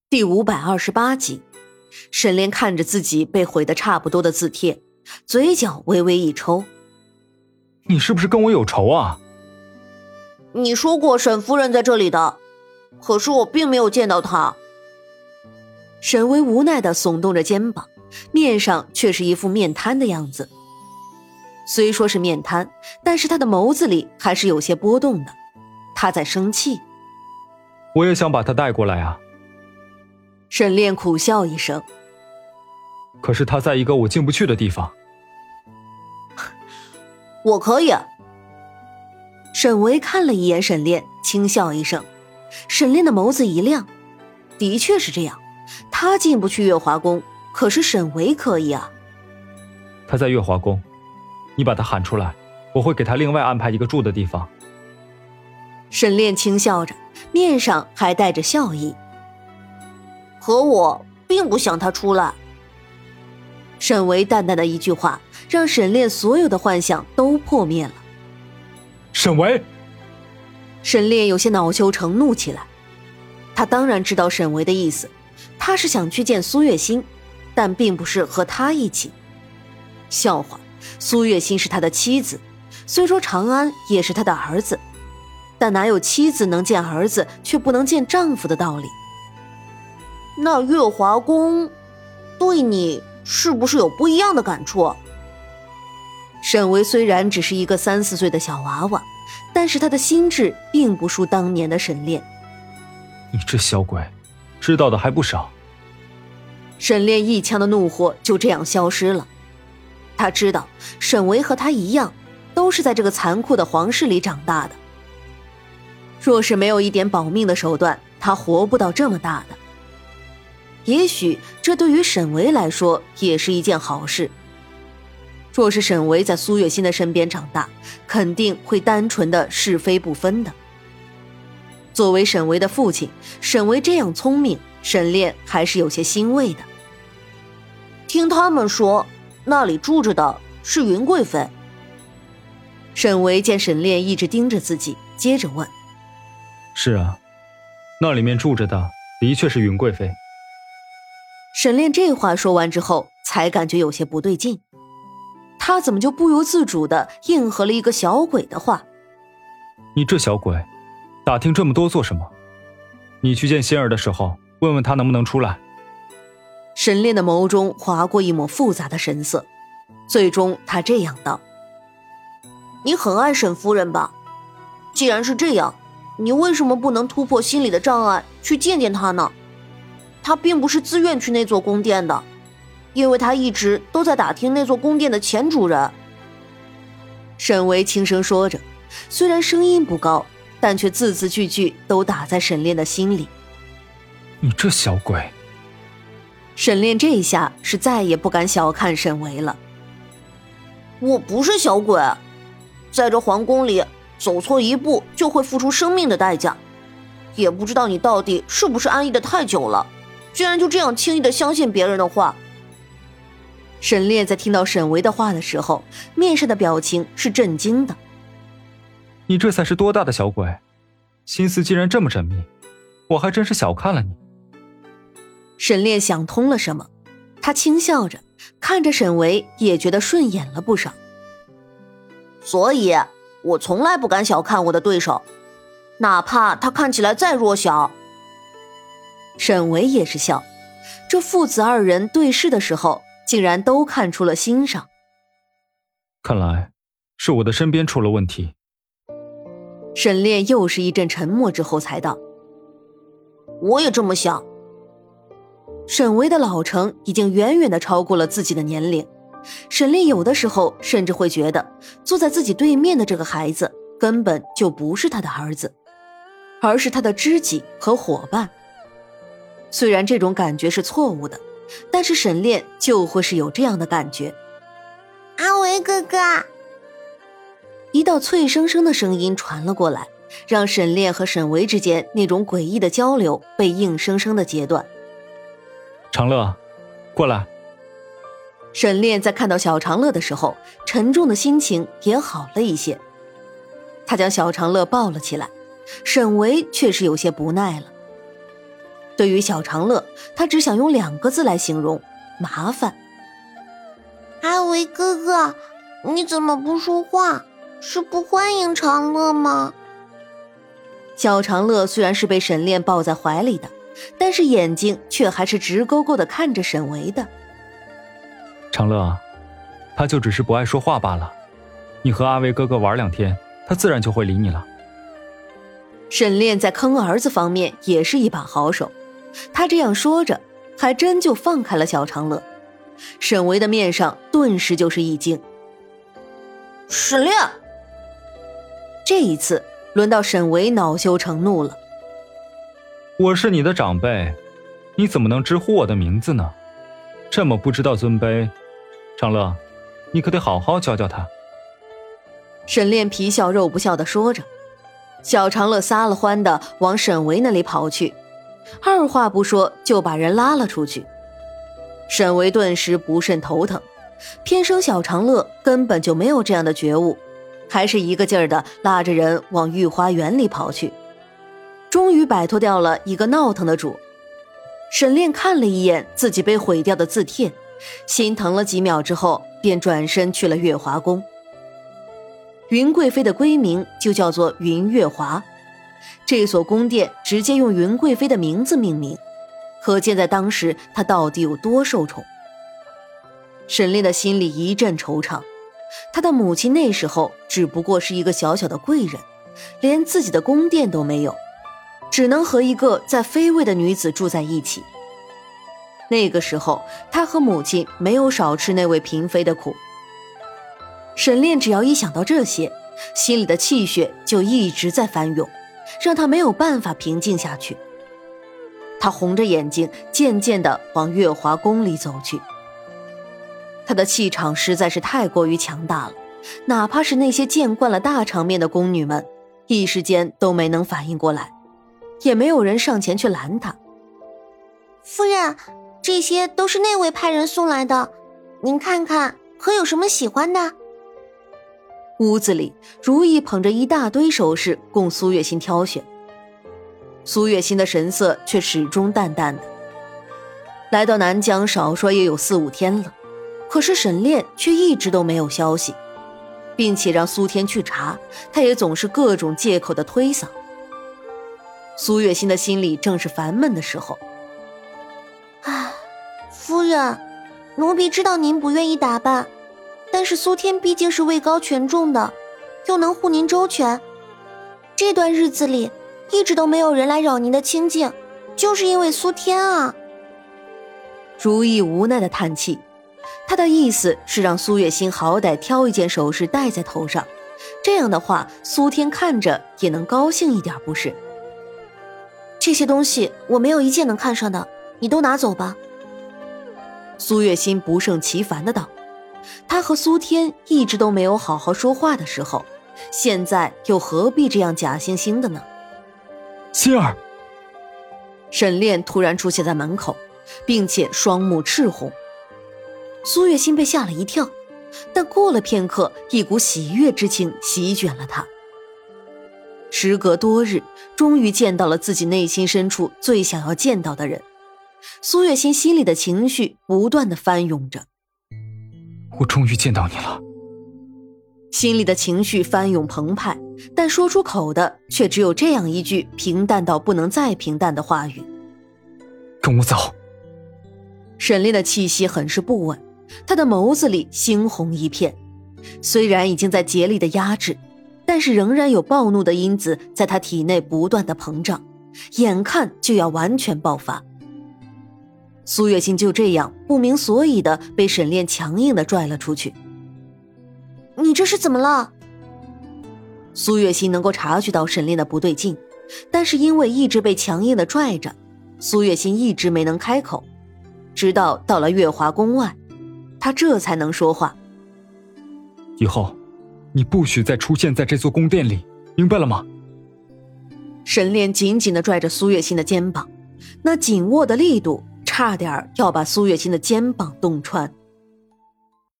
第528集，沈炼看着自己被毁得差不多的字帖，嘴角微微一抽。 你是不是跟我有仇啊？ 你说过沈夫人在这里的，可是我并没有见到她。 沈巍无奈地耸动着肩膀，面上却是一副面瘫的样子。虽说是面瘫，但是他的眸子里还是有些波动的，他在生气。 我也想把他带过来啊。 沈炼苦笑一声， 可是他在一个我进不去的地方。 我可以。 沈巍看了一眼沈炼，轻笑一声。沈炼的眸子一亮，的确是这样，他进不去月华宫，可是沈巍可以啊。 他在月华宫，你把他喊出来，我会给他另外安排一个住的地方。 沈炼轻笑着，面上还带着笑意。 可我并不想他出来。 沈巍淡淡的一句话，让沈炼所有的幻想都破灭了。 沈巍！ 沈炼有些恼羞成怒起来。他当然知道沈巍的意思，他是想去见苏月心，但并不是和他一起。笑话，苏月心是他的妻子，虽说长安也是他的儿子，但哪有妻子能见儿子却不能见丈夫的道理？ 那月华宫对你是不是有不一样的感触？ 沈巍虽然只是一个3、4岁的小娃娃，但是他的心智并不输当年的沈炼。 你这小鬼，知道的还不少。 沈炼一腔的怒火就这样消失了。他知道沈巍和他一样，都是在这个残酷的皇室里长大的。若是没有一点保命的手段，他活不到这么大的。也许这对于沈巍来说也是一件好事。若是沈巍在苏月心的身边长大，肯定会单纯的是非不分的。作为沈巍的父亲，沈巍这样聪明，沈炼还是有些欣慰的。 听他们说那里住着的是云贵妃。 沈巍见沈炼一直盯着自己，接着问。 是啊，那里面住着的的确是云贵妃。 沈炼这话说完之后，才感觉有些不对劲。他怎么就不由自主地应和了一个小鬼的话？ 你这小鬼，打听这么多做什么？你去见仙儿的时候，问问他能不能出来。 沈炼的眸中划过一抹复杂的神色，最终他这样道： 你很爱沈夫人吧？既然是这样，你为什么不能突破心理的障碍去见见她呢？她并不是自愿去那座宫殿的，因为她一直都在打听那座宫殿的前主人。 沈巍轻声说着，虽然声音不高，但却字字句句都打在沈炼的心里。 你这小鬼！ 沈炼这一下是再也不敢小看沈巍了。 我不是小鬼，在这皇宫里走错一步就会付出生命的代价，也不知道你到底是不是安逸的太久了，居然就这样轻易的相信别人的话。 沈炼在听到沈巍的话的时候，面上的表情是震惊的。 你这才是多大的小鬼，心思竟然这么缜密，我还真是小看了你。 沈炼想通了什么，他轻笑着看着沈巍，也觉得顺眼了不少。 所以我从来不敢小看我的对手，哪怕他看起来再弱小。 沈巍也是笑，这父子二人对视的时候，竟然都看出了欣赏。 看来是我的身边出了问题。 沈炼又是一阵沉默之后才道： 我也这么想。 沈巍的老成已经远远地超过了自己的年龄，沈炼有的时候甚至会觉得坐在自己对面的这个孩子根本就不是他的儿子，而是他的知己和伙伴。虽然这种感觉是错误的，但是沈炼就会是有这样的感觉。 阿维哥哥！ 一道脆生生的声音传了过来，让沈炼和沈巍之间那种诡异的交流被硬生生的截断。 长乐，过来。 沈炼在看到小长乐的时候，沉重的心情也好了一些。他将小长乐抱了起来，沈巍却是有些不耐了。 对于小长乐，他只想用2个字来形容：麻烦。 阿维哥哥，你怎么不说话？是不欢迎长乐吗？ 小长乐虽然是被沈炼抱在怀里的，但是眼睛却还是直勾勾地看着沈维的。 长乐，他就只是不爱说话罢了。你和阿维哥哥玩2天，他自然就会理你了。 沈炼在坑儿子方面也是一把好手，他这样说着，还真就放开了小长乐。沈维的面上顿时就是一惊。 沈炼！ 这一次轮到沈维恼羞成怒了。 我是你的长辈，你怎么能直呼我的名字呢？这么不知道尊卑，长乐，你可得好好教教他。 沈炼皮笑肉不笑地说着，小长乐撒了欢的往沈维那里跑去，二话不说就把人拉了出去。沈维顿时不甚头疼，偏生小长乐根本就没有这样的觉悟，还是一个劲儿的拉着人往御花园里跑去，终于摆脱掉了一个闹腾的主。沈炼看了一眼自己被毁掉的字帖，心疼了几秒之后，便转身去了月华宫。云贵妃的闺名就叫做云月华，这所宫殿直接用云贵妃的名字命名，可见在当时她到底有多受宠。沈炼的心里一阵惆怅，他的母亲那时候只不过是一个小小的贵人，连自己的宫殿都没有，只能和一个在妃位的女子住在一起。那个时候他和母亲没有少吃那位嫔妃的苦。沈炼只要一想到这些，心里的气血就一直在翻涌，让他没有办法平静下去。他红着眼睛渐渐地往月华宫里走去。他的气场实在是太过于强大了，哪怕是那些见惯了大场面的宫女们，一时间都没能反应过来，也没有人上前去拦他。 夫人，这些都是那位派人送来的，您看看可有什么喜欢的？ 屋子里，如意捧着一大堆首饰供苏月心挑选，苏月心的神色却始终淡淡的。来到南疆少说也有4、5天了，可是沈炼却一直都没有消息，并且让苏天去查，他也总是各种借口的推搡。苏月心的心里正是烦闷的时候。 夫人，奴婢知道您不愿意打扮，但是苏天毕竟是位高权重的，又能护您周全。这段日子里一直都没有人来扰您的清静，就是因为苏天啊。 如意无奈的叹气，他的意思是让苏月心好歹挑一件首饰戴在头上，这样的话苏天看着也能高兴一点，不是？ 这些东西我没有一件能看上的，你都拿走吧。 苏月心不胜其烦的道，他和苏天一直都没有好好说话的时候，现在又何必这样假惺惺的呢？ 心儿！ 沈炼突然出现在门口，并且双目赤红。苏月心被吓了一跳，但过了片刻，一股喜悦之情席卷了他。时隔多日，终于见到了自己内心深处最想要见到的人。苏月心心里的情绪不断的翻涌着。 我终于见到你了。 心里的情绪翻涌澎湃，但说出口的却只有这样一句平淡到不能再平淡的话语： 跟我走。 沈炼的气息很是不稳，他的眸子里猩红一片，虽然已经在竭力的压制，但是仍然有暴怒的因子在他体内不断的膨胀，眼看就要完全爆发。苏月心就这样不明所以的被沈炼强硬的拽了出去。 你这是怎么了？ 苏月心能够察觉到沈炼的不对劲，但是因为一直被强硬的拽着，苏月心一直没能开口，直到到了月华宫外，他这才能说话。 以后你不许再出现在这座宫殿里，明白了吗？ 沈炼紧紧地拽着苏月心的肩膀，那紧握的力度差点要把苏月心的肩膀洞穿。